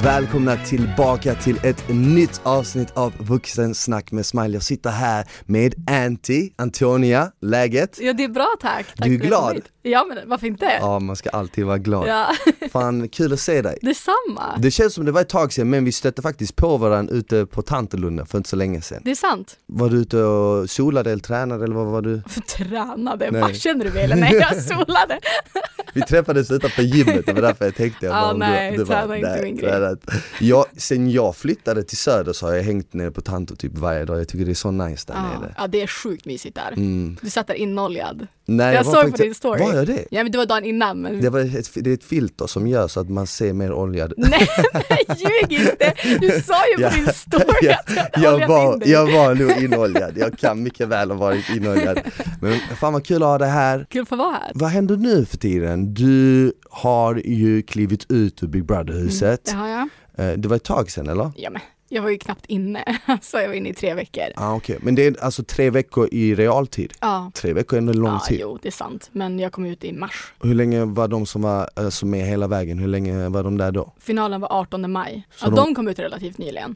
Välkomna tillbaka till ett nytt avsnitt av Vuxensnack med Smile. Jag sitter här med Antonia. Läget? Ja, det är bra, tack. Du är glad? Ja, men varför inte? Ja, man ska alltid vara glad. Ja. Fan, kul att se dig. Detsamma. Det känns som det var ett tag sedan, men vi stötte faktiskt på varandra ute på Tantelunda för inte så länge sedan. Det är sant. Var du ute och solade eller tränade eller vad var du? Tränade? Nej. Vad känner du mig? Eller nej, jag solade. Vi träffades utanför gymmet, det var därför jag tänkte träna inte min grej. Sen jag flyttade till Söder så har jag hängt ner på Tanto typ varje dag. Jag tycker det är så nice där nere. Ja, det är sjukt mysigt där. Du satt där inoljad. Nej, jag såg på din story. Var jag det? Ja, men det var dagen innan. Men... Det är ett filter som gör så att man ser mer oljad. Nej, ljug inte. Du sa ju på din story att jag var nog inoljad. Jag kan mycket väl ha varit inoljad. Men fan vad kul att ha det här. Kul för att vara här. Vad händer nu för tiden? Du har ju klivit ut ur Big Brother-huset. Det har jag. Det var ett tag sedan, eller? Ja, men jag var ju knappt inne. Så jag var inne i 3 veckor. Okej. Men det är alltså 3 veckor i realtid? Ja. 3 veckor är en lång tid. Jo, det är sant. Men jag kom ut i mars. Hur länge var de som var alltså med hela vägen? Hur länge var de där då? Finalen var 18 maj. Så de kom ut relativt nyligen.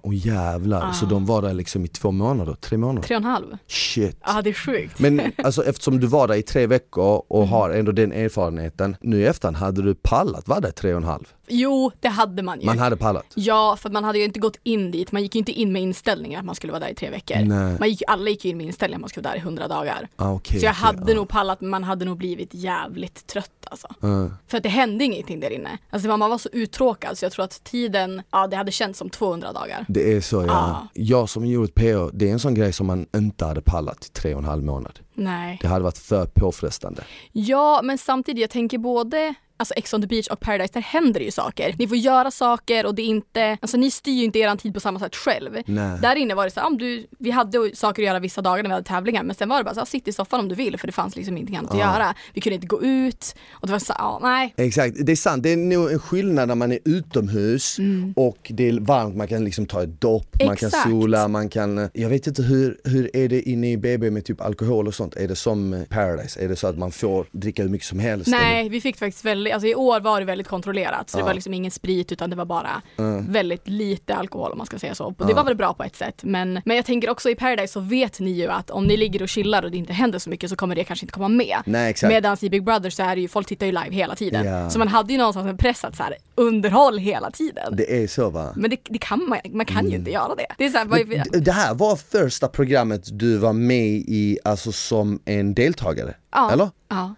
Jävlar. Så de var där liksom i 2 månader, 3 månader? 3,5. Shit. Ja, det är sjukt. Men alltså eftersom du var där i 3 veckor och har ändå den erfarenheten, nu i efterhand, hade du pallat var där 3,5? Jo, det hade man ju. Man hade pallat? Ja, för man hade ju inte gått in dit. Man gick ju inte in med inställningen att man skulle vara där i 3 veckor. Nej. Alla gick ju in med inställningen att man skulle vara där i 100 dagar. Så jag hade nog pallat, men man hade nog blivit jävligt trött alltså. För att det hände ingenting där inne. Alltså man var så uttråkad så jag tror att tiden, det hade känts som 200 dagar. Det är så, ja. Jag som gjort PO, det är en sån grej som man inte hade pallat i 3,5 månad. Nej. Det hade varit för påfrestande. Ja, men samtidigt, jag tänker både... Alltså Ex on the Beach och Paradise, där händer det ju saker. Ni får göra saker och det är inte... Alltså ni styr ju inte er tid på samma sätt själv. Nej. Där inne var det så här, vi hade saker att göra vissa dagar när vi hade tävlingar. Men sen var det bara så här, sitt i soffan om du vill. För det fanns liksom ingenting annat att göra. Vi kunde inte gå ut. Och det var så här, nej. Exakt, det är sant. Det är nog en skillnad när man är utomhus och det är varmt. Man kan liksom ta ett dopp, man kan sola, man kan... Jag vet inte hur är det inne i BB med typ alkohol och sånt? Är det som Paradise? Är det så att man får dricka hur mycket som helst? Nej, eller? vi fick faktiskt väldigt... Alltså i år var det väldigt kontrollerat. Så det var liksom ingen sprit utan det var bara väldigt lite alkohol om man ska säga så. Och det var väl bra på ett sätt. Men jag tänker också i Paradise så vet ni ju att om ni ligger och chillar och det inte händer så mycket så kommer det kanske inte komma med. Nej, exakt. Medan i Big Brother så är det ju, folk tittar ju live hela tiden. Ja. Så man hade ju någonstans en press att så här, underhåll hela tiden. Det är så, va? Men det kan man kan ju inte göra det. Det är så här, det här var första programmet du var med i alltså som en deltagare? Ja. Eller? Ja.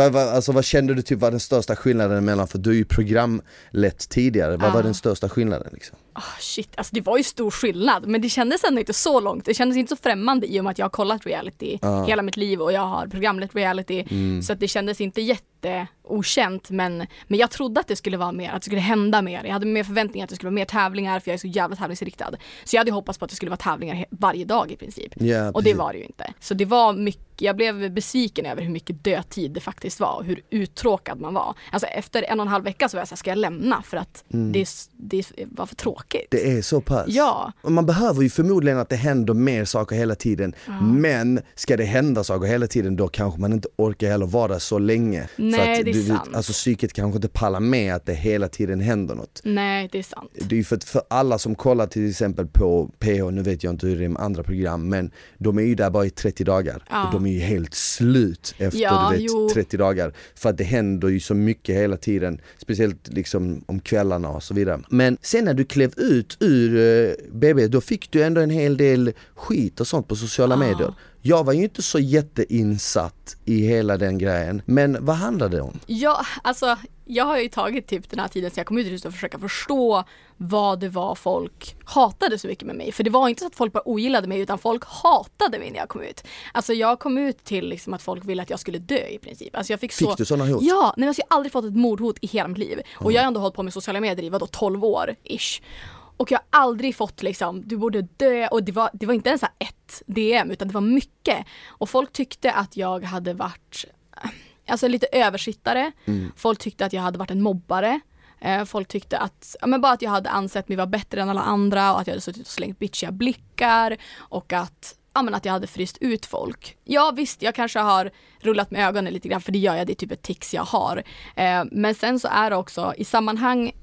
Vad kände du typ var den största skillnaden mellan, för du är ju programlett tidigare, vad var den största skillnaden liksom? Shit, alltså det var ju stor skillnad, men det kändes ändå inte så långt. Det kändes inte så främmande i och med att jag har kollat reality hela mitt liv och jag har programlett reality, så att det kändes inte jätteokänt, men jag trodde att det skulle vara mer, att det skulle hända mer. Jag hade mer förväntningar att det skulle vara mer tävlingar, för jag är så jävla tävlingsriktad. Så jag hade hoppats på att det skulle vara tävlingar varje dag i princip. Yeah, och det var det ju inte. Så det var mycket, jag blev besviken över hur mycket dödtid det faktiskt var och hur uttråkad man var. Alltså efter 1,5 vecka så var jag så här, ska jag lämna för att det var för tråkigt. Det är så pass. Ja. Och man behöver ju förmodligen att det händer mer saker hela tiden. Men ska det hända saker hela tiden, då kanske man inte orkar heller vara så länge. Nej, för att det är sant. Alltså psyket kanske inte pallar med att det hela tiden händer något. Nej, det är sant. Det är ju för alla som kollar till exempel på PH, nu vet jag inte hur det är med andra program, men de är ju där bara i 30 dagar. Och de är ju helt slut efter 30 dagar. För att det händer ju så mycket hela tiden. Speciellt liksom om kvällarna och så vidare. Men sen när du klev ut ur BB, då fick du ändå en hel del skit och sånt på sociala medier. Jag var ju inte så jätteinsatt i hela den grejen. Men vad handlade det om? Ja, alltså jag har ju tagit typ den här tiden sedan jag kom ut just att försöka förstå vad det var folk hatade så mycket med mig. För det var inte så att folk bara ogillade mig, utan folk hatade mig när jag kom ut. Alltså jag kom ut till liksom att folk ville att jag skulle dö i princip. Alltså jag fick du sådana hot? Ja, men alltså jag har aldrig fått ett mordhot i hela mitt liv. Och jag har ändå hållit på med sociala medier i 12 år ish. Och jag har aldrig fått liksom, du borde dö. Och det var inte ens så här ett DM, utan det var mycket. Och folk tyckte att jag hade varit alltså lite översittare. Folk tyckte att jag hade varit en mobbare. Folk tyckte att, bara att jag hade ansett mig vara bättre än alla andra. Och att jag hade suttit och slängt bitchiga blickar. Och att jag hade fryst ut folk. Ja visst, jag kanske har rullat med ögonen lite grann, för det gör jag, det är typ ett tics jag har. Men sen så är det också i sammanhang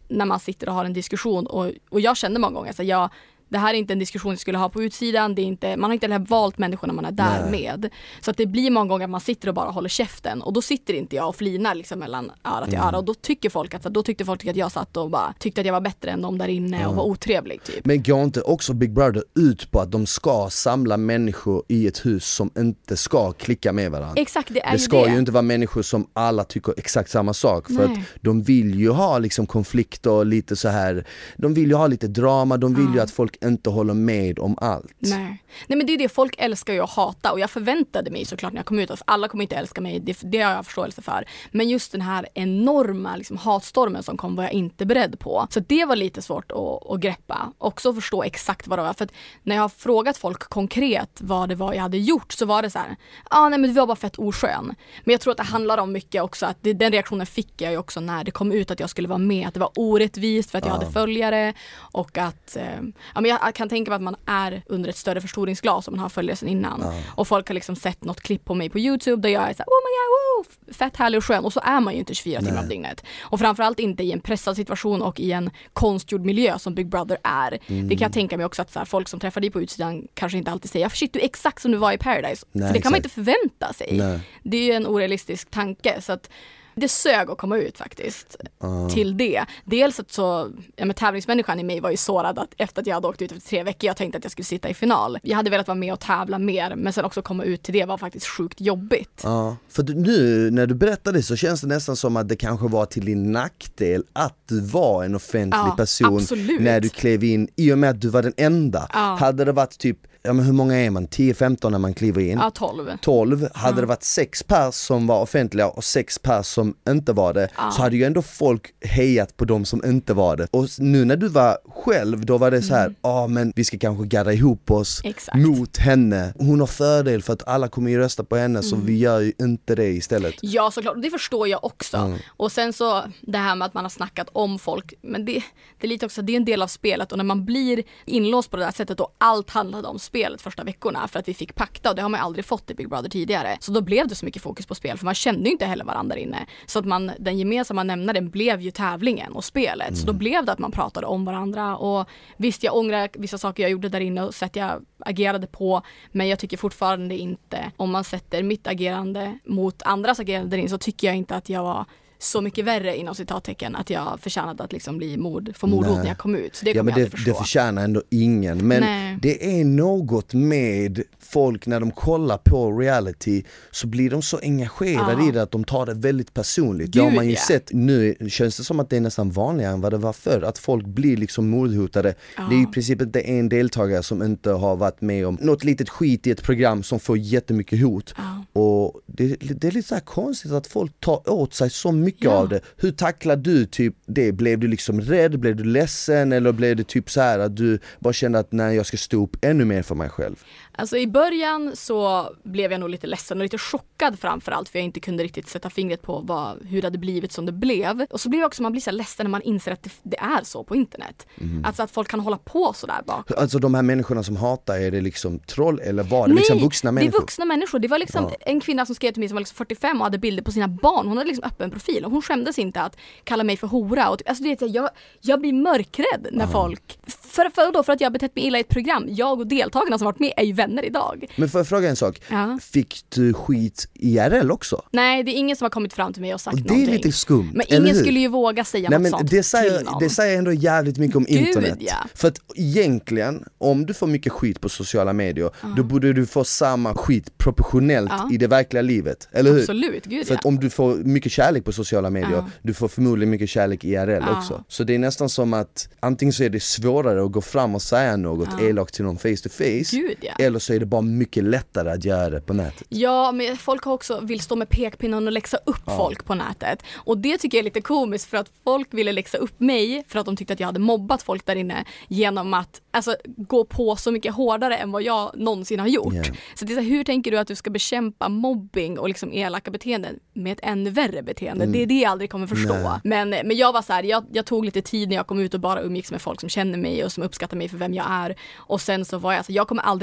när man sitter och har en diskussion och jag kände många gånger så det här är inte en diskussion jag skulle ha på utsidan. Det är inte, man har inte heller valt människorna man är där med. Så att det blir många gånger att man sitter och bara håller käften. Och då sitter inte jag och flinar liksom mellan öra till öra. Och då tycker folk att jag satt och bara tyckte att jag var bättre än de där inne och var otrevlig typ. Men går inte också Big Brother ut på att de ska samla människor i ett hus som inte ska klicka med varandra? Exakt, det är det ska ju inte vara människor som alla tycker exakt samma sak. För att de vill ju ha liksom konflikter och lite så här. De vill ju ha lite drama. De vill ju att folk inte håller med om allt. Nej, men det är det folk älskar ju att hata. Och jag förväntade mig såklart när jag kom ut att alla kommer inte älska mig, det har jag förståelse för. Men just den här enorma liksom, hatstormen som kom var jag inte beredd på. Så det var lite svårt att greppa. Också förstå exakt vad det var. För att när jag har frågat folk konkret vad det var jag hade gjort så var det så här, nej men det var bara fett oskön. Men jag tror att det handlar om mycket också att den reaktionen fick jag ju också när det kom ut att jag skulle vara med. Att det var orättvist för att jag hade följare och att jag kan tänka mig att man är under ett större förstoringsglas om man har följare sedan innan. Och folk har liksom sett något klipp på mig på YouTube där jag är så här, oh my god, wow, fett härlig och skön. Och så är man ju inte 24 timmar om dygnet. Och framförallt inte i en pressad situation och i en konstgjord miljö som Big Brother är. Det kan jag tänka mig också att så här, folk som träffar dig på utsidan kanske inte alltid säger, shit du är exakt som du var i Paradise. Nej, för det kan man inte förvänta sig. Nej. Det är ju en orealistisk tanke så att det sög att komma ut faktiskt till det. Dels att så, tävlingsmänniskan i mig var ju sårad att efter att jag hade åkt ut efter 3 veckor, jag tänkte att jag skulle sitta i final. Jag hade velat vara med och tävla mer, men sen också komma ut till det var faktiskt sjukt jobbigt. Ja, för nu när du berättade så känns det nästan som att det kanske var till din nackdel att du var en offentlig person absolut. När du klev in, i och med att du var den enda. Hade det varit typ men hur många är man? 10-15 när man kliver in? 12. Hade det varit 6 pers som var offentliga och 6 pers som inte var det, så hade ju ändå folk hejat på dem som inte var det. Och nu när du var själv, då var det så här, men vi ska kanske gadda ihop oss mot henne. Hon har fördel för att alla kommer ju rösta på henne, så vi gör ju inte det istället. Ja, såklart. Det förstår jag också. Och sen så, det här med att man har snackat om folk, men det är lite också, det är en del av spelet. Och när man blir inlåst på det där sättet och allt handlade om spelet första veckorna för att vi fick pakta, och det har man aldrig fått i Big Brother tidigare. Så då blev det så mycket fokus på spel, för man kände ju inte heller varandra inne. Så att den gemensamma nämnaren blev ju tävlingen och spelet. Så då blev det att man pratade om varandra, och visst, jag ångrar vissa saker jag gjorde där inne och sätt jag agerade på, men jag tycker fortfarande inte, om man sätter mitt agerande mot andras agerande där inne, så tycker jag inte att jag var så mycket värre inom citattecken att jag förtjänade att liksom få mordhot när jag kom ut. Så det kommer jag aldrig förstå. Det förtjänar ändå ingen. Men det är något med folk när de kollar på reality, så blir de så engagerade i det att de tar det väldigt personligt. Det har man ju sett. Nu känns det som att det är nästan vanligare än vad det var förr, att folk blir liksom mordhotade. Det är i princip inte en deltagare som inte har varit med om något litet skit i ett program som får jättemycket hot. Och det är lite så här konstigt att folk tar åt sig så mycket av det. Hur tacklar du typ det? Blev du liksom rädd? Blev du ledsen? Eller blev det typ så här att du bara kände att jag ska stå upp ännu mer för mig själv? Alltså i början så blev jag nog lite ledsen och lite chockad framförallt, för jag inte kunde riktigt sätta fingret på hur det hade blivit som det blev. Och så blev också, man blir så ledsen när man inser att det är så på internet. Alltså att folk kan hålla på så där bak. Alltså de här människorna som hatar, är det liksom troll eller var det liksom vuxna människor? Det är vuxna människor. Det var liksom en kvinna som skrev till mig som var liksom 45 och hade bilder på sina barn. Hon hade liksom öppen profil och hon skämdes inte att kalla mig för hora. Och alltså det är, jag blir mörkrädd när folk för att jag betett mig illa i ett program. Jag och deltagarna som varit med är ju vänner idag. Men får jag fråga en sak? Fick du skit IRL också? Nej, det är ingen som har kommit fram till mig och sagt någonting. Det är lite skumt. Men ingen skulle ju våga säga något sånt det säger ändå jävligt mycket om internet. För att egentligen, om du får mycket skit på sociala medier, då borde du få samma skit proportionellt i det verkliga livet. Eller hur? Absolut, gud. För att om du får mycket kärlek på sociala medier, du får förmodligen mycket kärlek IRL också. Så det är nästan som att antingen så är det svårare att gå fram och säga något elakt till någon face to face. Eller så är det bara mycket lättare att göra det på nätet. Ja, men folk har också vill stå med pekpinnen och läxa upp folk på nätet. Och det tycker jag är lite komiskt, för att folk ville läxa upp mig för att de tyckte att jag hade mobbat folk där inne genom att gå på så mycket hårdare än vad jag någonsin har gjort. Så det är så, hur tänker du att du ska bekämpa mobbing och liksom elaka beteenden med ett ännu värre beteende? Det är det jag aldrig kommer förstå. Men jag var så här, jag tog lite tid när jag kom ut och bara umgicks med folk som känner mig och som uppskattar mig för vem jag är. Och sen så var jag kommer aldrig låta det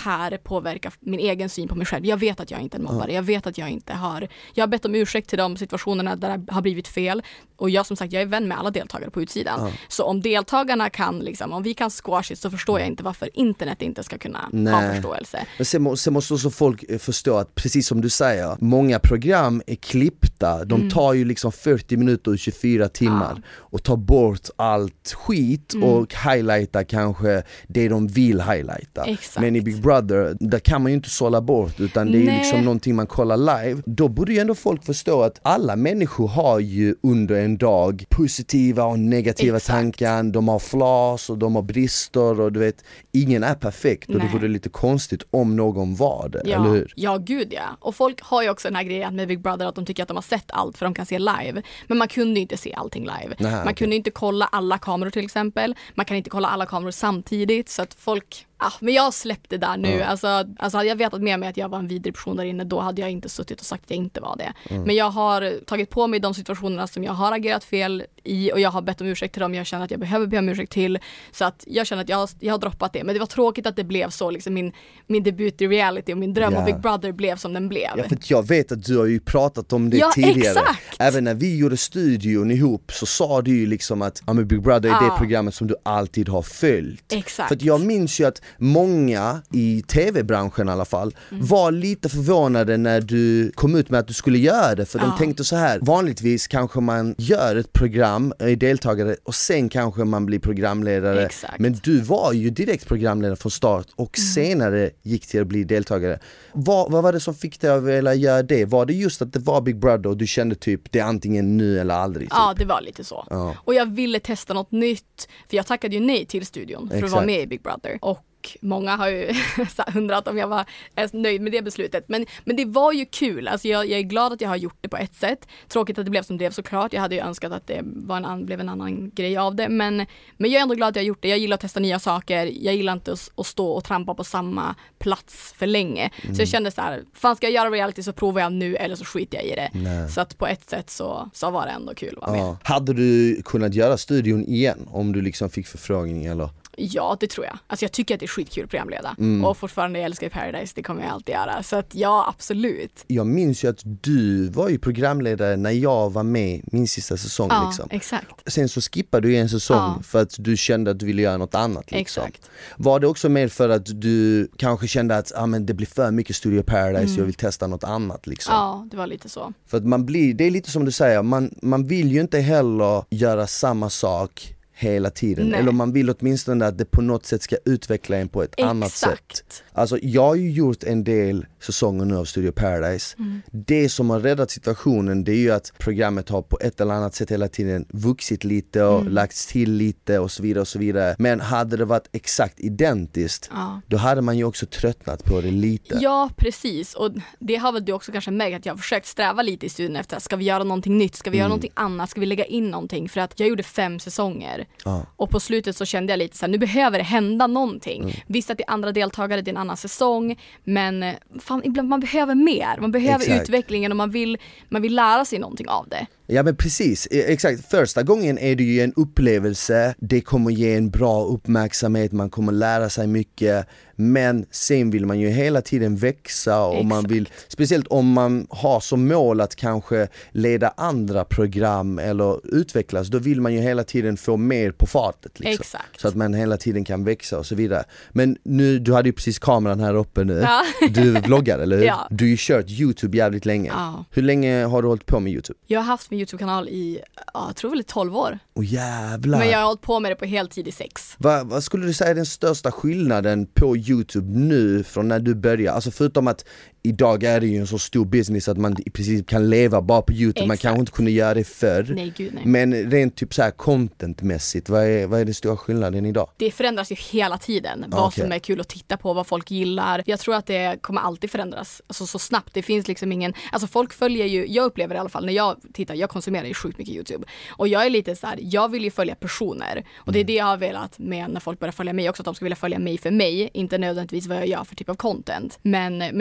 här påverkar min egen syn på mig själv. Jag vet att jag inte är en mobbare. Jag vet att jag inte har... Jag har bett om ursäkt till de situationerna där det har blivit fel. Och jag som sagt, jag är vän med alla deltagare på utsidan. Så om deltagarna kan liksom, om vi kan squash it, så förstår jag inte varför internet inte ska kunna ha förståelse. Men sen måste också folk förstå att precis som du säger, många program är klippta. De tar ju liksom 40 minuter och 24 timmar och tar bort allt skit och highlightar kanske det de vill highlighta. Exakt. Men i Big Brother, där kan man ju inte sålla bort, utan det är liksom någonting man kollar live. Då borde ju ändå folk förstå att alla människor har ju under en dag positiva och negativa tankar. De har flas och de har brister och du vet, ingen är perfekt och det vore lite konstigt om någon var det, eller hur? Ja, gud ja. Och folk har ju också den här grejen med Big Brother att de tycker att de har sett allt för de kan se live. Men man kunde ju inte se allting live. Man kunde inte kolla alla kameror till exempel. Man kan inte kolla alla kameror samtidigt, så att folk... men jag släppte där nu. Alltså hade jag vetat med mig att jag var en vidrig person där inne, då hade jag inte suttit och sagt att jag inte var det. Men jag har tagit på mig de situationerna som jag har agerat fel i och jag har bett om ursäkt till dem jag känner att jag behöver be om ursäkt till. Så att jag känner att jag har droppat det. Men det var tråkigt att det blev så, liksom min debut i reality och min dröm om Big Brother blev som den blev. Ja, för jag vet att du har ju pratat om det tidigare. Exakt. Även när vi gjorde studion ihop så sa du ju liksom att Big Brother är det programmet som du alltid har följt. Exakt. För att jag minns ju att många i tv-branschen i alla fall var lite förvånade när du kom ut med att du skulle göra det, för de tänkte så här: vanligtvis kanske man gör ett program, är deltagare och sen kanske man blir programledare. Exakt. Men du var ju direkt programledare från start och senare gick till att bli deltagare. Vad var det som fick dig att vilja göra det? Var det just att det var Big Brother och du kände typ det är antingen nu eller aldrig? Typ? Ja, det var lite så. Och jag ville testa något nytt, för jag tackade ju nej till studion för att vara med i Big Brother. Och många har ju undrat om jag var nöjd med det beslutet. Men det var ju kul. Alltså jag är glad att jag har gjort det på ett sätt. Tråkigt att det blev som det blev, såklart. Jag hade ju önskat att det blev en annan grej av det. Men jag är ändå glad att jag har gjort det. Jag gillar att testa nya saker. Jag gillar inte att stå och trampa på samma plats för länge. Så jag kände så här, fan, ska jag göra reality så provar jag nu eller så skiter jag i det. Så att på ett sätt så var det ändå kul att vara med. Hade du kunnat göra studion igen om du liksom fick förfrågning eller? Ja, det tror jag. Alltså jag tycker att det är skitkul att programleda. Och fortfarande älskar Paradise, det kommer jag alltid göra. Så att ja, absolut. Jag minns ju att du var ju programledare när jag var med min sista säsong. Ja, liksom. Exakt. Sen så skippade du en säsong för att du kände att du ville göra något annat. Liksom. Exakt. Var det också mer för att du kanske kände att men det blir för mycket Studio Paradise, jag vill testa något annat? Liksom. Ja, det var lite så. För att det är lite som du säger, man vill ju inte heller göra samma sak hela tiden. Nej. Eller man vill åtminstone att det på något sätt ska utveckla en på ett annat sätt. Alltså jag har ju gjort en del säsonger nu av Studio Paradise. Det som har räddat situationen, det är ju att programmet har på ett eller annat sätt hela tiden vuxit lite och lagts till lite och så vidare och så vidare. Men hade det varit exakt identiskt, då hade man ju också tröttnat på det lite. Ja, precis. Och det har väl du också kanske märkt, att jag har försökt sträva lite i studion efter, ska vi göra någonting nytt? Ska vi göra någonting annat? Ska vi lägga in någonting? För att jag gjorde 5 säsonger. Och på slutet så kände jag lite så här, nu behöver det hända någonting. Visst att det är andra deltagare, det är en annan säsong, men fan, ibland man behöver mer. Man behöver utvecklingen och man vill lära sig någonting av det. Ja men precis, exakt. Första gången är det ju en upplevelse, det kommer ge en bra uppmärksamhet, man kommer lära sig mycket, men sen vill man ju hela tiden växa och man vill, speciellt om man har som mål att kanske leda andra program eller utvecklas, då vill man ju hela tiden få mer på fartet liksom, så att man hela tiden kan växa och så vidare. Men nu, du hade ju precis kameran här uppe nu, du vloggar eller hur? Ja. Du har ju kört YouTube jävligt länge. Hur länge har du hållit på med YouTube? Jag har haft min YouTube-kanal i, jag tror väl 12 år. Jävlar. Men jag har hållit på med det på heltid i 6. Vad skulle du säga är den största skillnaden på YouTube nu från när du började? Alltså förutom att idag är det ju en så stor business att man i princip kan leva bara på YouTube. Man kanske inte kunde göra det förr. Nej, gud, nej. Men rent typ så här contentmässigt, vad är den stora skillnaden idag? Det förändras ju hela tiden. Vad som är kul att titta på, vad folk gillar. Jag tror att det kommer alltid förändras. Alltså så snabbt. Det finns liksom ingen... Alltså folk följer ju... Jag upplever i alla fall när jag tittar, jag konsumerar ju sjukt mycket YouTube. Och jag är lite så här, jag vill ju följa personer. Och det är det jag har velat med när folk börjar följa mig också. Att de ska vilja följa mig för mig. Inte nödvändigtvis vad jag gör för typ av content. Men jag vloggar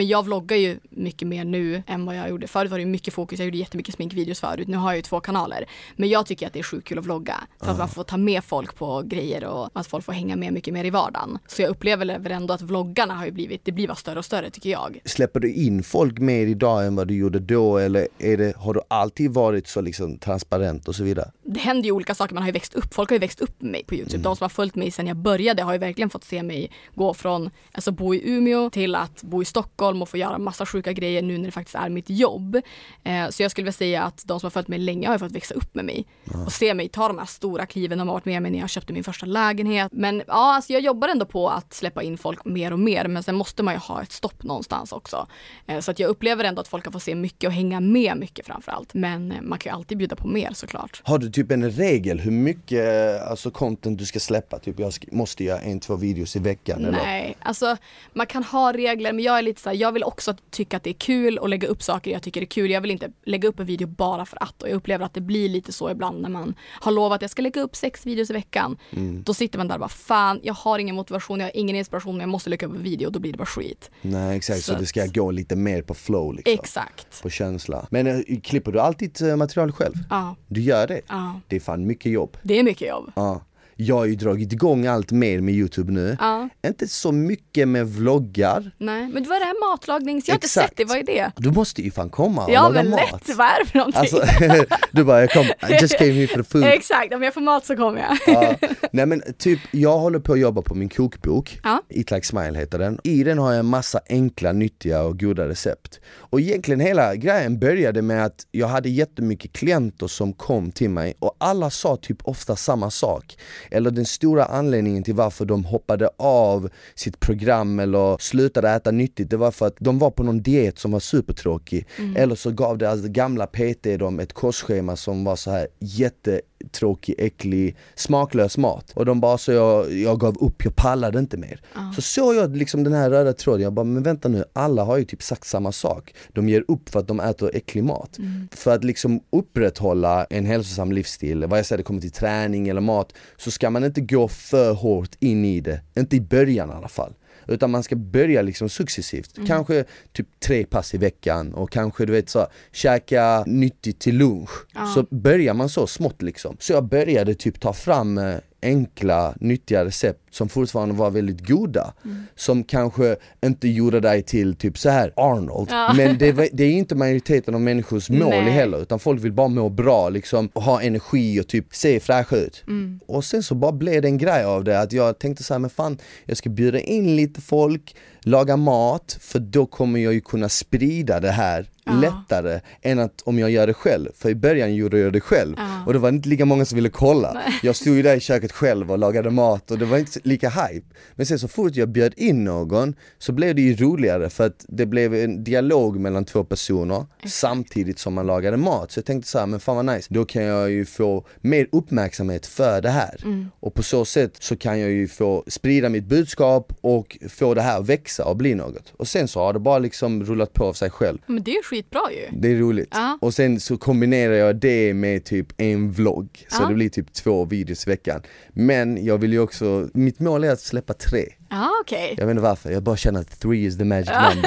vloggar ju mycket mer nu än vad jag gjorde. Förut var det mycket fokus, jag gjorde jättemycket sminkvideos förut. Nu har jag ju 2 kanaler. Men jag tycker att det är sjukt kul att vlogga. För att man får ta med folk på grejer och att folk får hänga med mycket mer i vardagen. Så jag upplever ändå att vloggarna har ju det blir bara större och större tycker jag. Släpper du in folk mer idag än vad du gjorde då? Eller har du alltid varit så liksom transparent och så vidare? Det händer ju olika saker, man har ju växt upp. Folk har ju växt upp med mig på YouTube. De som har följt mig sedan jag började har ju verkligen fått se mig gå från bo i Umeå till att bo i Stockholm och få göra massa sjuka grejer nu när det faktiskt är mitt jobb. Så jag skulle vilja säga att de som har följt mig länge har ju fått växa upp med mig och se mig ta de här stora kliven. De har varit med mig när jag köpte min första lägenhet. Men ja, alltså jag jobbar ändå på att släppa in folk mer och mer, men sen måste man ju ha ett stopp någonstans också. Så att jag upplever ändå att folk kan få se mycket och hänga med mycket framförallt. Men man kan ju alltid bjuda på mer såklart. Har du typ en regel hur mycket content du ska släppa? Typ jag måste göra 1-2 videos i veckan? Nej, eller? Alltså man kan ha regler, men jag är lite så här, jag vill också tycka att det är kul och lägga upp saker jag tycker är kul. Jag vill inte lägga upp en video bara för att, och jag upplever att det blir lite så ibland när man har lovat att jag ska lägga upp 6 videos i veckan. Då sitter man där och bara, fan, jag har ingen motivation, jag har ingen inspiration, men jag måste lägga upp en video och då blir det bara skit. Nej, exakt, så det ska gå lite mer på flow liksom. Exakt. På känsla. Men klipper du alltid material själv? Ja. Du gör det? Ja. Det är fan mycket jobb. Det är mycket jobb. Ja. Jag har ju dragit igång allt mer med YouTube nu. Inte så mycket med vloggar. Nej, men det var det här matlagnings... Jag har inte sett det, vad är det? Du måste ju fan komma och laga mat. Ja, men lätt, vad är det för någonting? Alltså, du bara, I just came here for the food. Exakt, om jag får mat så kommer jag. Ja. Nej men typ, jag håller på att jobba på min kokbok. Eat Like Smile heter den. I den har jag en massa enkla, nyttiga och goda recept. Och egentligen hela grejen började med att jag hade jättemycket klienter som kom till mig och alla sa typ ofta samma sak. Eller den stora anledningen till varför de hoppade av sitt program eller slutade äta nyttigt, det var för att de var på någon diet som var supertråkig. Eller så gav det alltså gamla PT dem ett kostschema som var så här jättetråkig, äcklig, smaklös mat. Och de bara så jag gav upp, jag pallade inte mer. Så såg jag liksom den här röda tråden, jag bara, men vänta nu, alla har ju typ sagt samma sak. De ger upp för att de äter äcklig mat. För att liksom upprätthålla en hälsosam livsstil, vad jag säger, det kommer till träning eller mat, så ska man inte gå för hårt in i det. Inte i början i alla fall. Utan man ska börja liksom successivt. Kanske typ 3 pass i veckan. Och kanske du vet så, käka nyttigt till lunch. Så börjar man så smått liksom. Så jag började typ ta fram enkla, nyttiga recept som fortfarande var väldigt goda. Som kanske inte gjorde dig till typ så här Arnold. Men det är inte majoriteten av människors mål heller. Utan folk vill bara må bra liksom, och ha energi och typ se fräscha ut. Och sen så bara blev det en grej av det. Att jag tänkte så här, men fan, jag ska bjuda in lite folk, laga mat, för då kommer jag ju kunna sprida det här lättare än att om jag gör det själv. För i början gjorde jag det själv och det var inte lika många som ville kolla. Jag stod ju där i köket själv och lagade mat och det var inte lika hype. Men sen så fort jag bjöd in någon så blev det ju roligare, för att det blev en dialog mellan 2 personer samtidigt som man lagade mat. Så jag tänkte så här, men fan vad nice, då kan jag ju få mer uppmärksamhet för det här. Och på så sätt så kan jag ju få sprida mitt budskap och få det här att växa och bli något. Och sen så har det bara liksom rullat på av sig själv. Men det är skitbra ju. Det är roligt. Och sen så kombinerar jag det med typ en vlogg. Så det blir typ 2 videos i veckan. Men jag vill ju också, mitt mål är att släppa 3. Okej. Jag vet inte varför, jag bara känner att 3 is the magic number.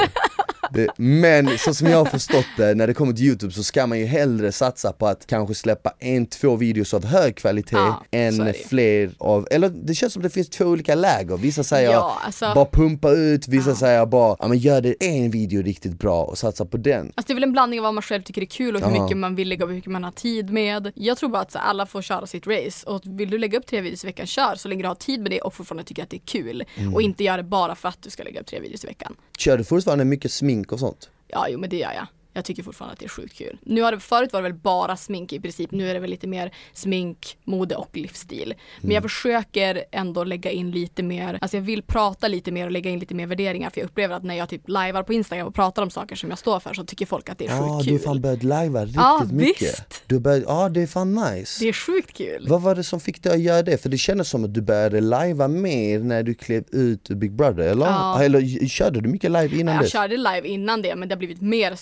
Men så som jag har förstått det, när det kommer till YouTube så ska man ju hellre satsa på att kanske släppa 1-2 videos av hög kvalitet än fler av, eller det känns som det finns 2 olika läger. Vissa säger bara pumpa ut, vissa säger bara men gör det en video riktigt bra och satsa på den. Alltså det är väl en blandning av vad man själv tycker är kul och hur mycket man vill lägga och hur mycket man har tid med. Jag tror bara att alla får köra sitt race, och vill du lägga upp 3 videos i veckan, kör så länge du har tid med det och fortfarande tycker att det är kul och inte gör det bara för att du ska lägga upp 3 videos i veckan. Kör du fortfarande mycket smink och sånt? Ja, jo men det gör jag. Jag tycker fortfarande att det är sjukt kul. Nu har det, förut var det väl bara smink i princip. Nu är det väl lite mer smink, mode och livsstil. Men jag försöker ändå lägga in lite mer, alltså jag vill prata lite mer och lägga in lite mer värderingar. För jag upplever att när jag typ livear på Instagram och pratar om saker som jag står för, så tycker folk att det är sjukt kul. Du har fan börjat livea riktigt mycket. Visst. Du det är fan nice. Det är sjukt kul. Vad var det som fick dig att göra det? För det kändes som att du började livea mer när du klev ut Big Brother, eller? Eller körde du mycket live innan det? Jag körde live innan det, men det har blivit mer sen jag kom ut.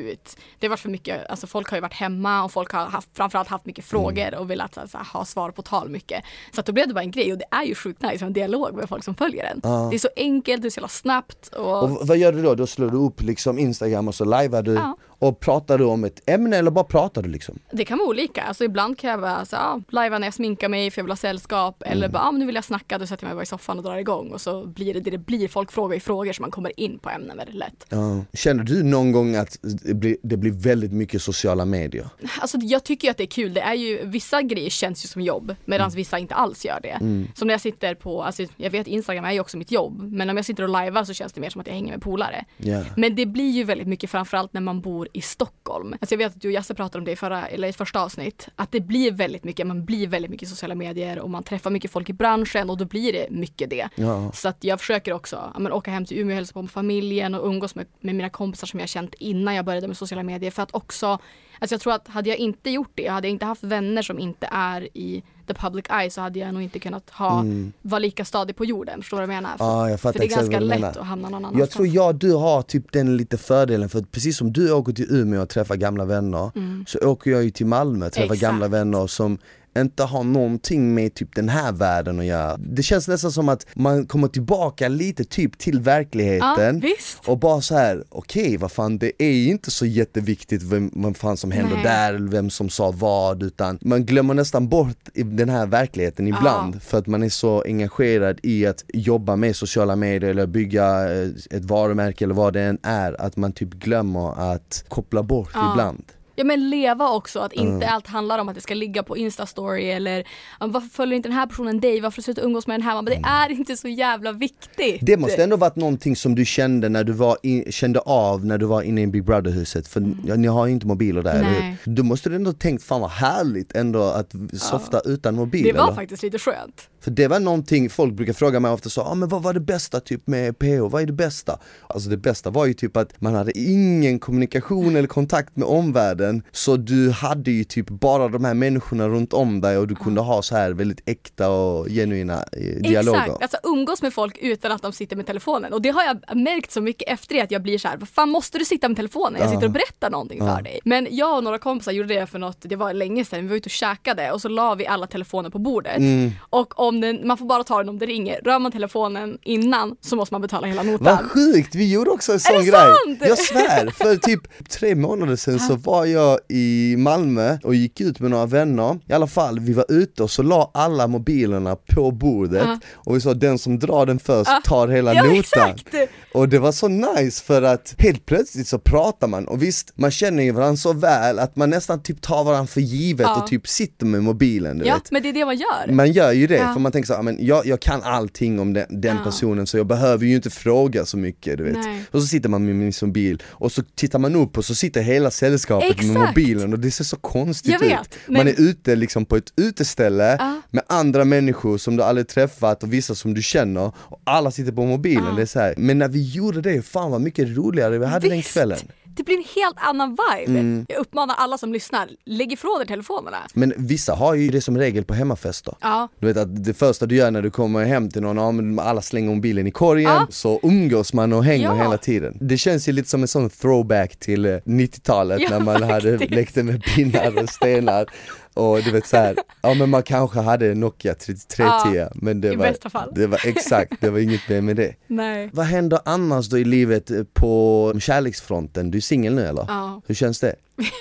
ut. Det har varit för mycket, alltså folk har ju varit hemma och folk har framförallt haft mycket frågor och velat så här, ha svar på tal mycket. Så att då blev det bara en grej och det är ju sjukt nice, en dialog med folk som följer den. Det är så enkelt, det är så jävla snabbt. Och vad gör du då? Då slår du upp liksom Instagram och så livear du och pratar du om ett ämne eller bara pratar du liksom? Det kan vara olika, alltså ibland kan jag bara livear när jag sminkar mig för jag vill ha sällskap eller bara, nu vill jag snacka, då sätter jag mig bara i soffan och drar igång och så blir det blir, folk frågar i frågor så man kommer in på ämnen väldigt lätt. Känner du någon gång att det blir väldigt mycket sociala medier? Alltså jag tycker att det är kul, det är ju, vissa grejer känns ju som jobb medan vissa inte alls gör det. Som när jag sitter på, alltså jag vet Instagram är ju också mitt jobb, men om jag sitter och livear så känns det mer som att jag hänger med polare. Men det blir ju väldigt mycket framförallt när man bor i Stockholm. Alltså jag vet att du och Jasse pratade om det i första avsnitt, att det blir väldigt mycket, man blir väldigt mycket sociala medier och man träffar mycket folk i branschen och då blir det mycket det. Så att jag försöker också åka hem till Umeå och hälsa på familjen och umgås med mina kompisar som jag känt innan jag började med sociala medier, för att också, alltså jag tror att hade jag inte gjort det, hade jag inte haft vänner som inte är i the public eye, så hade jag nog inte kunnat vara lika stadig på jorden, förstår du vad jag menar? Jag fattar, för det är ganska lätt att hamna någon annanstans. Jag tror du har typ den lite fördelen, för precis som du åker till Umeå och träffar gamla vänner så åker jag ju till Malmö och träffar gamla vänner som inte har någonting med typ den här världen att göra. Det känns nästan som att man kommer tillbaka lite typ till verkligheten och bara så här, okej, vad fan, det är inte så jätteviktigt vad fan som händer där eller vem som sa vad, utan man glömmer nästan bort den här verkligheten ibland för att man är så engagerad i att jobba med sociala medier eller bygga ett varumärke eller vad det än är, att man typ glömmer att koppla bort ibland. Ja, men leva också, att inte allt handlar om att det ska ligga på Instastory eller varför följer inte den här personen dig, varför slutar du umgås med den här, men det är inte så jävla viktigt. Det måste ändå varit någonting som du kände när du kände av när du var inne i Big Brother-huset, för ni har ju inte mobiler där. Nej. Du måste ändå tänkt, fan vad härligt ändå att softa utan mobil. Det var eller? faktiskt lite skönt. För det var någonting folk brukar fråga mig ofta, så men vad var det bästa typ med PH, vad är det bästa? Alltså det bästa var ju typ att man hade ingen kommunikation eller kontakt med omvärlden, så du hade ju typ bara de här människorna runt om dig och du kunde ha så här väldigt äkta och genuina dialoger. Exakt, alltså umgås med folk utan att de sitter med telefonen, och det har jag märkt så mycket efter det, att jag blir så här, vad fan måste du sitta med telefonen? Jag sitter och berättar någonting för dig. Men jag och några kompisar gjorde det för något, det var länge sedan, vi var ute och käkade och så la vi alla telefoner på bordet och man får bara ta den om det ringer. Rör man telefonen innan så måste man betala hela notan. Vad sjukt, vi gjorde också en sån grej. Sant? Jag svär, för typ 3 månader sedan så var jag i Malmö och gick ut med några vänner. I alla fall, vi var ute och så la alla mobilerna på bordet och vi sa, den som drar den först tar hela notan. Exakt. Och det var så nice, för att helt plötsligt så pratar man, och visst, man känner ju varandra så väl att man nästan typ tar varandra för givet och typ sitter med mobilen, du vet. Men det är det man gör. Man gör ju det, för man tänker så, men jag kan allting om den personen, så jag behöver ju inte fråga så mycket, du vet. Nej. Och så sitter man med min mobil och så tittar man upp och så sitter hela sällskapet med mobilen och det ser så konstigt ut. Man är ute liksom på ett uteställe med andra människor som du aldrig träffat och vissa som du känner, och alla sitter på mobilen. Det är så här. Men när vi gjorde det, fan vad mycket roligare vi hade den kvällen. Det blir en helt annan vibe. Jag uppmanar alla som lyssnar, lägg ifrån er telefonerna. Men vissa har ju det som regel på hemmafester. Du vet att det första du gör när du kommer hem till någon, alla slänger mobilen i korgen, så umgås man och hänger hela tiden. Det känns ju lite som en sån throwback till 90-talet när man hade lekte med pinnar och stenar. Och du vet så här, men man kanske hade Nokia 3310, men det var exakt, det var inget mer med det. Nej. Vad händer annars då i livet på kärleksfronten? Du är singel nu eller? Hur känns det?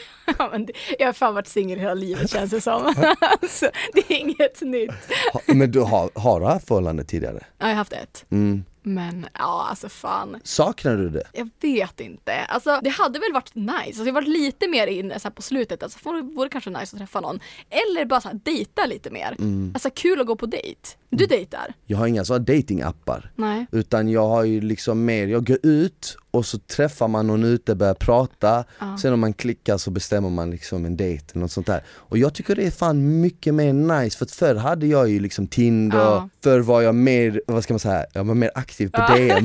Jag har fan varit singel hela livet, känns det som. Så det är inget nytt. Men du har du haft förhållande tidigare? Jag har haft ett. Men alltså fan. Saknar du det? Jag vet inte. Alltså det hade väl varit nice. Alltså, jag var lite mer inne så här på slutet. Alltså vore kanske nice att träffa någon. Eller bara så här, dejta lite mer. Alltså kul att gå på dejt. Du dejtar? Jag har inga sådana datingappar. Nej. Utan jag har ju liksom mer, jag går ut och så träffar man någon ute, börjar prata. Sen om man klickar så bestämmer man liksom en dejt eller något sånt där. Och jag tycker det är fan mycket mer nice. För att förr hade jag ju liksom Tinder. Förr var jag mer, vad ska man säga, jag var mer aktiv på DM.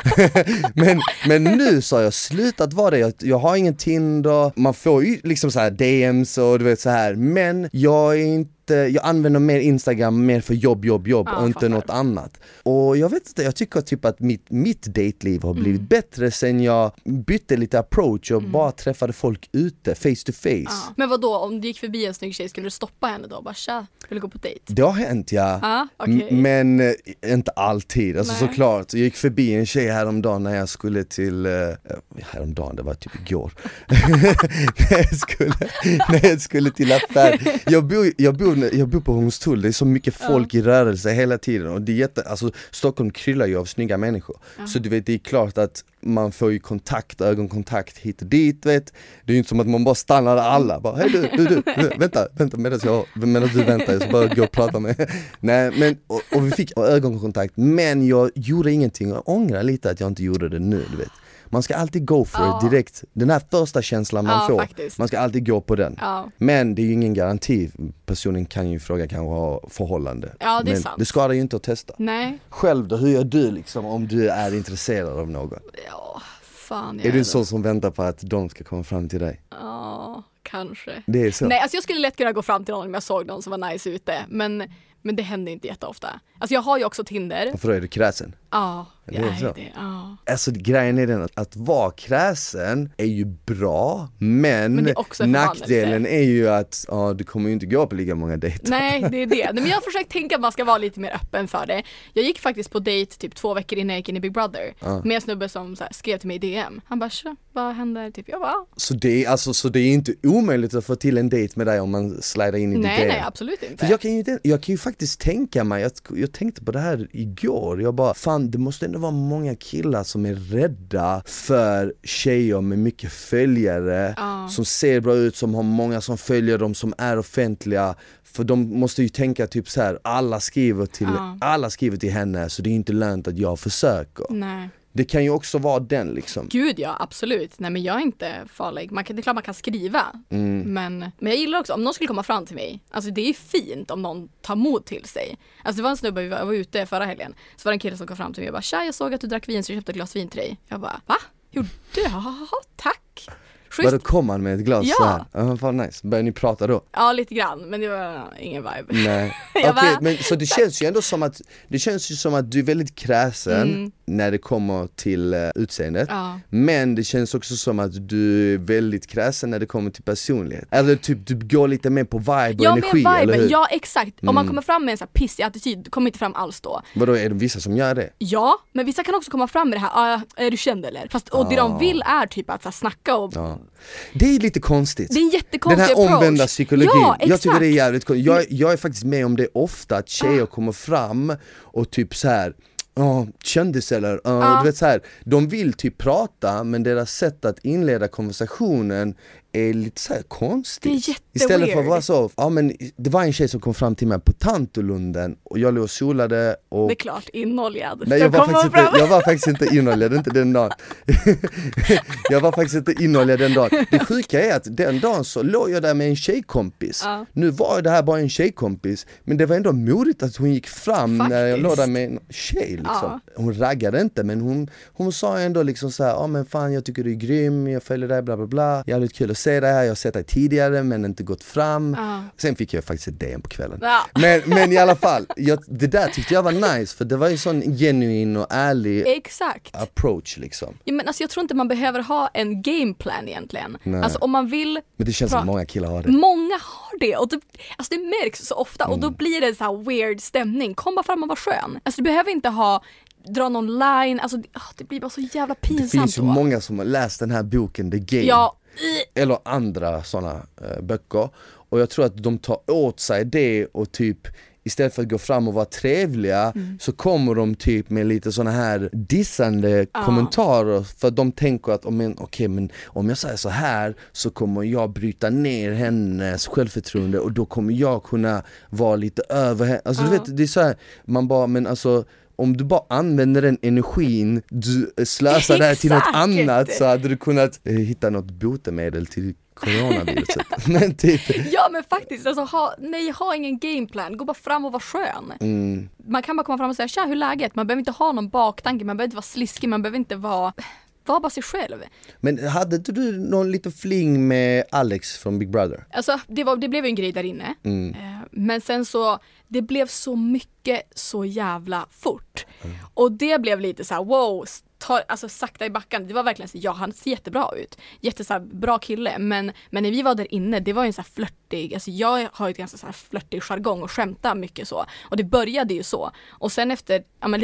men nu så har jag slutat vara det. Jag har ingen Tinder. Man får ju liksom så här DMs och du vet så här. Men jag är inte jag använder mer Instagram mer för jobb och inte något annat. Och jag vet inte, jag tycker typ att mitt dateliv har blivit bättre sen jag bytte lite approach och bara träffade folk ute, face to face. Men vad då, om du gick förbi en snygg tjej, skulle du stoppa henne då? Bara tja, vill du gå på dejt? Det har hänt, ja. Okay. Men inte alltid. Alltså såklart, jag gick förbi en tjej häromdagen när jag skulle till häromdagen, det var typ igår. när jag skulle till affär. Jag bor på Hornstull, det är så mycket folk i rörelse hela tiden och det är alltså Stockholm kryllar ju av snygga människor. Så du vet, det är klart att man får ju ögonkontakt hit och dit, vet. Det är ju inte som att man bara stannar alla, bara hej du, vänta medan du väntar, så bara gå och prata med. Nej, men och vi fick ögonkontakt, men jag gjorde ingenting och ångrar lite att jag inte gjorde det nu, du vet. Man ska alltid gå för det direkt. Den här första känslan man får, faktiskt. Man ska alltid gå på den. Men det är ju ingen garanti. Personen kan ju fråga kanske ha förhållande. Ja, det är men sant. Det skadar ju inte att testa. Nej. Själv då, hur gör du liksom om du är intresserad av någon? Ja, fan. Är du så som väntar på att de ska komma fram till dig? Ja, kanske. Det är så. Nej, alltså jag skulle lätt kunna gå fram till någon om jag såg någon som var nice ute. Men det händer inte jätteofta. Alltså jag har ju också Tinder. Och för då är du kräsen? Ja, jag är det. Alltså grejen är den att vara kräsen är ju bra, men nackdelen är ju att du kommer ju inte gå på lika många dejter. Nej, det är det. Men jag har försökt tänka att man ska vara lite mer öppen för det. Jag gick faktiskt på dejt typ 2 veckor innan jag gick in i Big Brother med en snubbe som så här, skrev till mig i DM. Han bara, vad händer? Typ, jag bara. Så det är inte omöjligt att få till en dejt med dig om man slidar in i ditt DM? Nej, absolut inte. För jag kan ju faktiskt tänka mig, jag tänkte på det här igår, jag bara, fan det måste ändå vara många killar som är rädda för tjejer med mycket följare, som ser bra ut, som har många som följer dem, som är offentliga. För de måste ju tänka typ så här, alla skriver till henne, så det är inte lönt att jag försöker. Nej. Det kan ju också vara den liksom. Gud ja, absolut. Nej men jag är inte farlig. Det är klart man kan skriva. Men jag gillar också, om någon skulle komma fram till mig. Alltså det är fint om någon tar mod till sig. Alltså det var en snubbe, vi var ute förra helgen. Så var det en kille som kom fram till mig och bara, tja, jag såg att du drack vin så jag köpte ett glas vin till dig. Jag bara, va? Gjorde du? Jaha, tack. Då kom han med ett glas så här. Ja, fan nice. Började ni prata då? Ja, lite grann, men det var ingen vibe. Nej. Okej, men så det känns ju ändå som att du är väldigt kräsen när det kommer till utseendet. Men det känns också som att du är väldigt kräsen när det kommer till personlighet. Eller typ du går lite mer på vibe och energi, eller hur? Ja, exakt. Om man kommer fram med en sån här pissig attityd, kommer inte fram alls då. Vadå, är det vissa som gör det? Ja, men vissa kan också komma fram med det här, är du känd eller? Fast, och det de vill är typ att så här, snacka och... Det är lite konstigt. Det är en jättekonstig approach. Den här omvända psykologin. Ja, jag tycker det är jävligt konstigt. Jag är faktiskt med om det ofta att tjejer kommer fram och typ så här. Kändis eller du vet så här, de vill typ prata, men deras sätt att inleda konversationen är lite så här konstigt. Det är jätteweird. Istället för att vara så, men det var en tjej som kom fram till mig på Tantolunden och jag låg och solade och... Det är klart, inoljad. Nej, jag var faktiskt inte inoljad, inte den dagen. Jag var faktiskt inte inoljad den dagen. Det sjuka är att den dagen så låg jag där med en tjejkompis. Nu var det här bara en tjejkompis, men det var ändå modigt att hon gick fram faktiskt. När jag låg där med en tjej liksom. Hon raggade inte, men hon sa ändå liksom så här, men fan jag tycker du är grym, jag följer dig, bla bla bla. Jävligt kul att se det här, jag har sett dig tidigare men inte gått fram. Sen fick jag faktiskt ett DM på kvällen. Men i alla fall, det där tyckte jag var nice, för det var ju sån genuin och ärlig approach liksom. Ja, men alltså jag tror inte man behöver ha en gameplan egentligen. Nej. Alltså om man vill... Men det känns som många killar har det. Många har det, och det märks så ofta och då blir det så här weird stämning. Kom bara fram och var skön. Alltså du behöver inte dra någon line, alltså det blir bara så jävla pinsamt. Det finns ju många som har läst den här boken The Game. Ja. Eller andra sådana böcker. Och jag tror att de tar åt sig det och typ istället för att gå fram och vara trevliga så kommer de typ med lite såna här dissande kommentarer, för att de tänker att men om jag säger så här så kommer jag bryta ner hennes självförtroende och då kommer jag kunna vara lite över henne. Alltså du vet, det är så här, man bara, men alltså om du bara använder den energin, du slösar det här till något annat, så hade du kunnat hitta något botemedel till coronaviruset. Men typ... Ja men faktiskt, alltså, ha ingen gameplan, gå bara fram och var skön. Man kan bara komma fram och säga, tja hur är läget? Man behöver inte ha någon baktanke, man behöver inte vara sliskig, man behöver inte vara bara sig själv. Men hade inte du någon liten fling med Alex från Big Brother? Alltså det blev ju en grej där inne. Men sen så, det blev så mycket så jävla fort. Och det blev lite så här: wow, alltså sakta i backen. Det var verkligen så, ja, han ser jättebra ut. Bra kille, men när vi var där inne, det var ju en så här flörtig, alltså jag har ju ett ganska så här flörtig jargong och skämtar mycket så. Och det började ju så. Och sen efter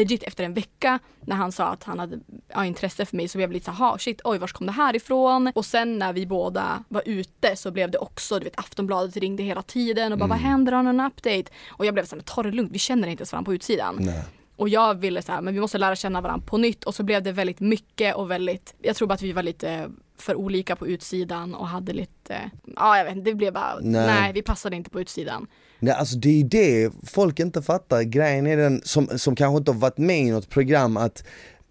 en vecka när han sa att han hade intresse för mig, så blev jag lite så här, shit, oj, var kom det här ifrån? Och sen när vi båda var ute så blev det också, du vet, Aftonbladet ringde hela tiden och bara, vad händer, har någon update? Och jag blev så här, men ta det lugnt, vi känner inte ens varandra på utsidan. Nej. Och jag ville så här, men vi måste lära känna varandra på nytt. Och så blev det väldigt mycket och väldigt, jag tror bara att vi var lite för olika på utsidan och hade lite, jag vet inte, det blev bara, nej, vi passade inte på utsidan. Nej, alltså det är det folk inte fattar. Grejen är den, som kanske inte har varit med i något program, att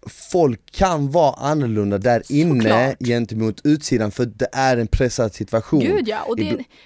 folk kan vara annorlunda där inne gentemot utsidan, för det är en pressad situation. Gud ja, och det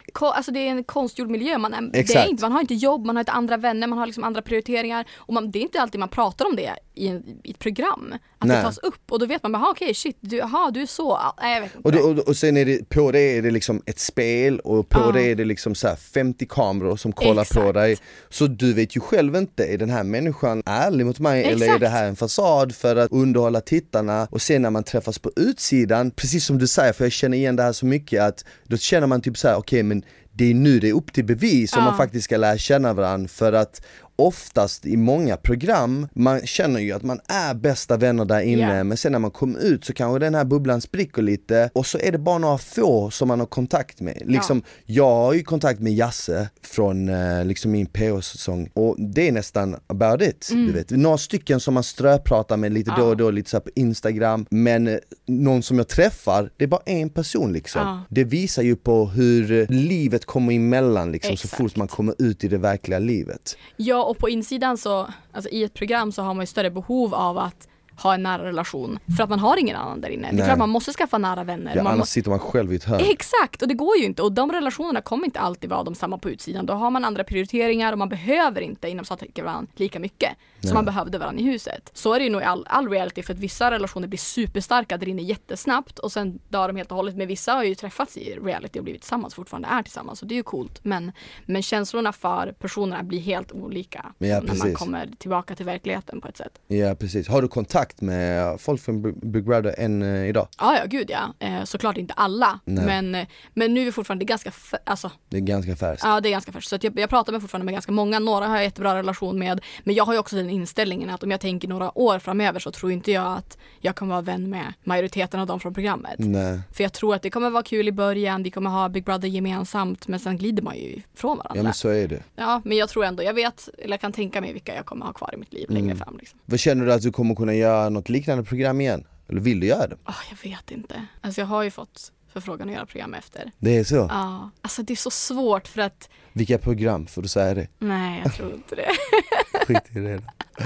är en konstgjord miljö. Man har inte jobb, man har inte andra vänner, man har liksom andra prioriteringar, och det är inte alltid man pratar om det i ett program, att det tas upp, och då vet man bara, okej, shit, du är så, jag vet inte. Och sen är det, på det är det liksom ett spel, och på det är det liksom så här 50 kameror som kollar på dig, så du vet ju själv inte, är den här människan ärlig mot mig, eller är det här en fasad för att underhålla tittarna? Och sen när man träffas på utsidan, precis som du säger, för jag känner igen det här så mycket, att då känner man typ så här, okej, men det är nu det är upp till bevis om man faktiskt ska lära känna varandra, för att oftast i många program, man känner ju att man är bästa vänner där inne, men sen när man kommer ut så kanske den här bubblan spricker lite, och så är det bara några få som man har kontakt med. Liksom, jag har ju kontakt med Jasse från liksom min PH-säsong, och det är nästan about it, du vet. Några stycken som man ströpratar med lite då och då, lite så här på Instagram, men någon som jag träffar, det är bara en person liksom. Det visar ju på hur livet kommer emellan liksom, så fort man kommer ut i det verkliga livet. Ja, och på insidan så, alltså i ett program så har man ju större behov av att ha en nära relation, för att man har ingen annan där inne. Det är klart man måste skaffa nära vänner. Annars sitter man själv i ett hörn. Exakt, och det går ju inte. Och de relationerna kommer inte alltid vara de samma på utsidan. Då har man andra prioriteringar, och man behöver inte inom saker varandra lika mycket som man behövde varandra i huset. Så är det ju nog i all reality, för att vissa relationer blir superstarka där inne jättesnabbt, och sen dör de helt och hållet. Men vissa har ju träffats i reality och blivit tillsammans, fortfarande är tillsammans, och det är ju coolt. Men känslorna för personerna blir helt olika när man kommer tillbaka till verkligheten på ett sätt. Ja, precis. Har du kontakt med folk från Big Brother än idag? Ja, gud ja. Såklart inte alla. Men nu är vi fortfarande ganska det är ganska färskt. Ja, det är ganska färskt. Så att jag pratar fortfarande med ganska många. Några har jag jättebra relation med. Men jag har ju också den inställningen att om jag tänker några år framöver, så tror inte jag att jag kommer vara vän med majoriteten av dem från programmet. Nej. För jag tror att det kommer vara kul i början. Vi kommer ha Big Brother gemensamt. Men sen glider man ju från varandra. Ja, men så är det. Ja, men jag tror ändå, jag kan tänka mig vilka jag kommer ha kvar i mitt liv längre fram. Liksom. Vad känner du att du kommer kunna göra något liknande program igen? Eller vill du göra det? Jag vet inte. Alltså jag har ju fått förfrågan att göra program efter. Det är så? Ja. Alltså det är så svårt för att... Vilka program? Får du säga det? Nej, jag tror inte det. Skit i det.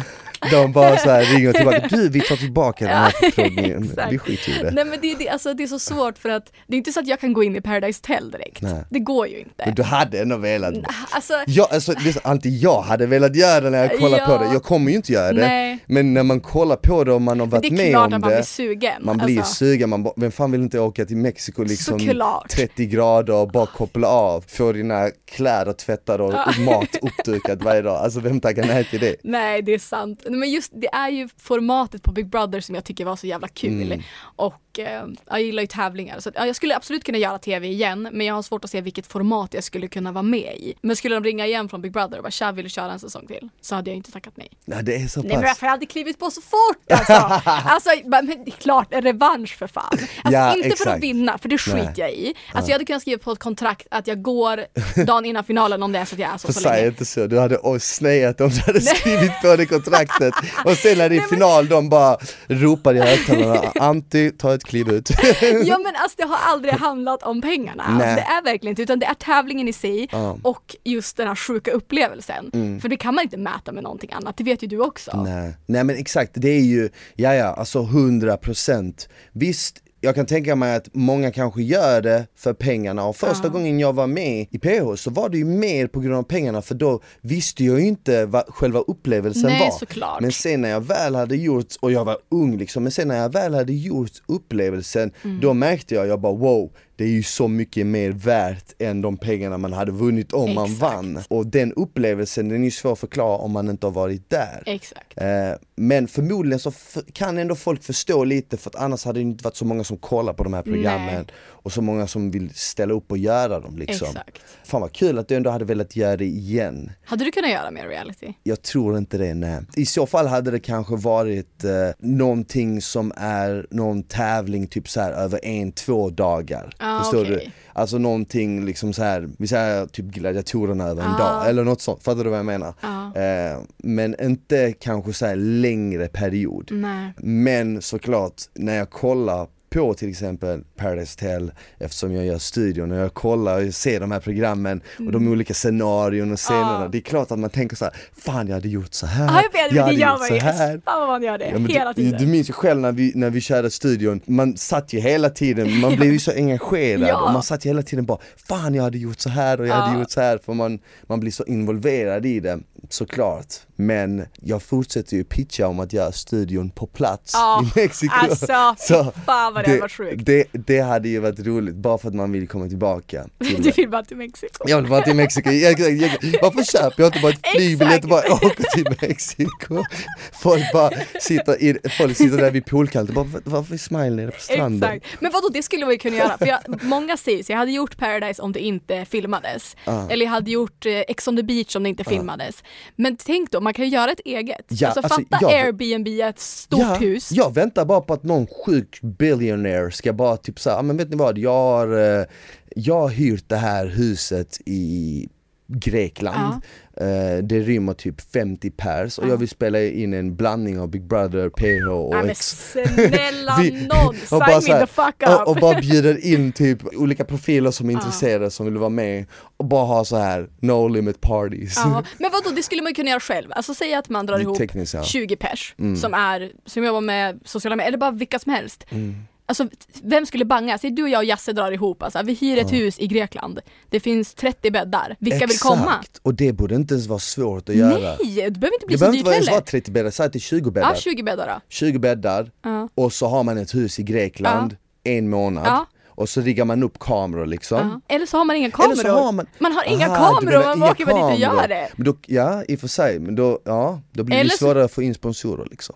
De bara så här ringer tillbaka. Du, vi tar tillbaka den här förfrågningen. Vi skiter i det. Nej, men det är så svårt, för att det är inte så att jag kan gå in i Paradise Hotel direkt. Nej. Det går ju inte. Men du hade ändå velat. Alltså, jag hade velat göra det när jag kollar på det. Jag kommer ju inte göra det. Nej. Men när man kollar på det och man har varit med om det. Det är klart att man blir sugen. Man blir sugen. Vem fan vill inte åka till Mexiko liksom 30 grader och bara koppla av. Få dina kläder tvättade och mat uppdukat varje dag. Alltså vem tackar nej till det? Nej, det är sant. Men just det är ju formatet på Big Brother som jag tycker var så jävla kul. Och jag gillar ju tävlingar. Så jag skulle absolut kunna göra tv igen, men jag har svårt att se vilket format jag skulle kunna vara med i. Men skulle de ringa igen från Big Brother och bara, tja, vill du köra en säsong till? Så hade jag inte tackat nej. Nej, det är så pass. Nej, men jag hade klivit på så fort alltså. Men det är klart, en revansch för fan. Alltså inte för att vinna, för det skiter jag i. Alltså jag hade kunnat skriva på ett kontrakt att jag går dagen innan finalen om det är så att jag är så länge. Inte så, du hade snäat om du hade skrivit på det kontraktet. Och sen när det är final, de bara ropar i högtalarna, Antti, ta ett kliv ut. Ja, men alltså det har aldrig handlat om pengarna. Alltså, det är verkligen inte, utan det är tävlingen i sig och just den här sjuka upplevelsen. För det kan man inte mäta med någonting annat, det vet ju du också. Nej, men exakt, det är ju, alltså 100%. Visst, jag kan tänka mig att många kanske gör det för pengarna, och första gången jag var med i PH så var det ju mer på grund av pengarna, för då visste jag ju inte vad själva upplevelsen var. Såklart. Men sen när jag väl hade gjort, och jag var ung liksom, men sen när jag väl hade gjort upplevelsen, då märkte jag bara wow, det är ju så mycket mer värt än de pengarna man hade vunnit om man vann. Och den upplevelsen, den är ju svår att förklara om man inte har varit där. Exakt. Men förmodligen så kan ändå folk förstå lite, för att annars hade det inte varit så många som kollar på de här programmen. Och så många som vill ställa upp och göra dem liksom. Exakt. Fan vad kul att du ändå hade velat göra det igen. Hade du kunnat göra mer reality? Jag tror inte det, nej. I så fall hade det kanske varit någonting som är någon tävling typ så här över 1-2 dagar. Förstår du? Alltså någonting liksom så här, vi säger typ gladiatorerna över en dag eller något sånt. Fattar du vad jag menar? Men inte kanske så här längre period. Nej. Men såklart, när jag kollar på till exempel Paradise Hotel, eftersom jag gör studion och jag kollar och ser de här programmen och de olika scenarion och scenerna, det är klart att man tänker så här: fan jag hade gjort så här. Jag hade gjort så här. Fan vad man gör det hela tiden. Du minns ju själv när vi körde studion, man satt ju hela tiden, man blev ju så engagerad och man satt ju hela tiden bara, fan jag hade gjort så här och jag hade gjort så här, för man blir så involverad i det, såklart. Men jag fortsätter ju pitcha om att göra studion på plats i Mexiko. Alltså, så fan vad det var sjukt. Det hade ju varit roligt, bara för att man vill komma tillbaka till Du vill bara till Mexiko. Jag vill bara till Mexiko. Varför köper jag inte bara ett flygbiljett och bara åker till Mexiko? Folk sitter där vid poolkanten, bara varför är Smile nere på stranden? Exakt. Men vadå, det skulle man ju kunna göra. För många säger så jag hade gjort Paradise om det inte filmades. Eller jag hade gjort Ex on the Beach om det inte filmades. Men tänk då, man kan ju göra ett eget. Alltså fatta Airbnb, ett stort hus. Jag väntar bara på att någon sjuk billionaire ska bara typ såhär, men vet ni vad, jag har hyrt det här huset i Grekland. Det rymmer typ 50 pers och jag vill spela in en blandning av Big Brother, PH och X. Snälla någon, sign me the fuck up. Och bara bjuder in typ olika profiler som är intresserade, som vill vara med, och bara ha så här no limit parties. Men vadå, det skulle man kunna göra själv. Alltså säga att man drar ihop 20 pers som jobbar med sociala medier, eller bara vilka som helst. Alltså, vem skulle banga? Säg du och jag och Jasse drar ihop. Alltså, vi hyr ett hus i Grekland. Det finns 30 bäddar. Vilka vill komma? Och det borde inte ens vara svårt att göra. Nej, det behöver inte bli så dyrt heller. Det behöver inte vara 30 bäddar, säg till 20 bäddar. 20 bäddar då. 20 bäddar. Och så har man ett hus i Grekland en månad. Och så riggar man upp kameror liksom. Eller så har man inga kameror. Man har inga kameror, man åker bara dit och gör det. Men då, i och för sig, men då blir det svårare att få in sponsorer liksom.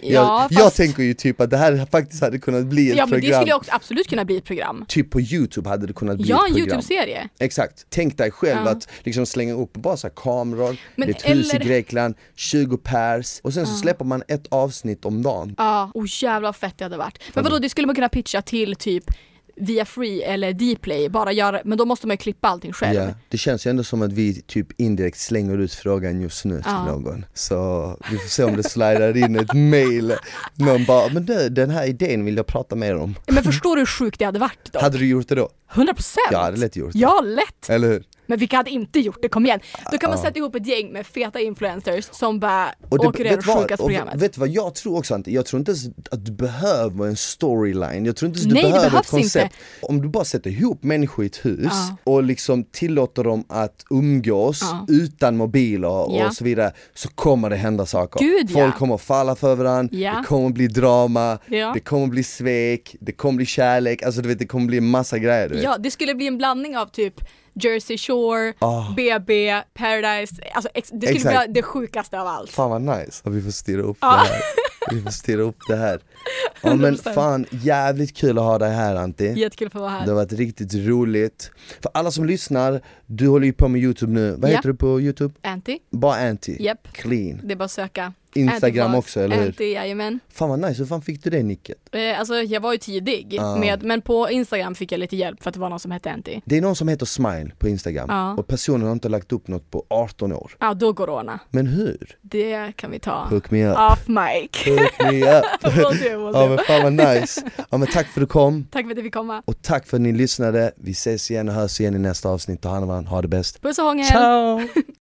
Jag tänker ju typ att det här faktiskt hade kunnat bli ett program. Ja, men det skulle också absolut kunna bli ett program. Typ på YouTube hade det kunnat bli ett program. Ja, en YouTube-serie. Exakt. Tänk dig själv att liksom slänga upp bara så här kameror, ett hus i Grekland, 20 pers, och sen så släpper man ett avsnitt om dagen. Jävla fett det hade varit. Men vadå, det skulle man kunna pitcha till typ via Free eller Dplay, bara göra, men då måste man ju klippa allting själv. Ja, det känns ju ändå som att vi typ indirekt slänger ut frågan just nu till någon. Så vi får se om det slidar in ett mail. Någon bara, men den här idén vill jag prata mer om. Men förstår du hur sjukt det hade varit då? Hade du gjort det då? 100%. Jag hade lätt gjort det. Ja, lätt. Eller hur? Men vilka hade inte gjort det, kom igen. Då kan man sätta ihop ett gäng med feta influencers som bara åker över sjukaste programmet. Vet du vad jag tror också, Ante? Jag tror inte att du behöver en storyline. Jag tror inte att du behöver ett koncept. Inte. Om du bara sätter ihop människor i ett hus och liksom tillåter dem att umgås utan mobiler och så vidare, så kommer det hända saker. Folk kommer falla för varandra, det kommer bli drama, det kommer bli svek, det kommer bli kärlek, alltså du vet, det kommer bli en massa grejer. Du vet. Ja, det skulle bli en blandning av typ Jersey Shore, BB, Paradise, alltså det skulle bli det sjukaste av allt. Fan vad nice, och vi får styra upp det här. Vi får styra upp det här. Ja, men fan, jävligt kul att ha dig här, Antti. Jättekul att få vara här. Det har varit riktigt roligt. För alla som lyssnar, du håller ju på med YouTube nu. Vad heter du på YouTube? Antti. Bara Antti? Yep. Clean. Det är bara att söka. Instagram också, eller hur? Antti, jajamän. Fan vad nice, hur fan fick du det nicket? Alltså jag var ju tidig men på Instagram fick jag lite hjälp för att det var någon som hette Antti. Det är någon som heter Smile på Instagram och personen har inte lagt upp något på 18 år. Ja, då går Rona. Men hur? Det kan vi ta. Hook me up. Off mic. Hook me up. Ja, men fan vad nice. Ja, men tack för att du kom. Tack för att du fick komma. Och tack för att ni lyssnade. Vi ses igen och hörs igen i nästa avsnitt. Ta hand om varandra. Ha det bäst. Puss och hångel. Ciao.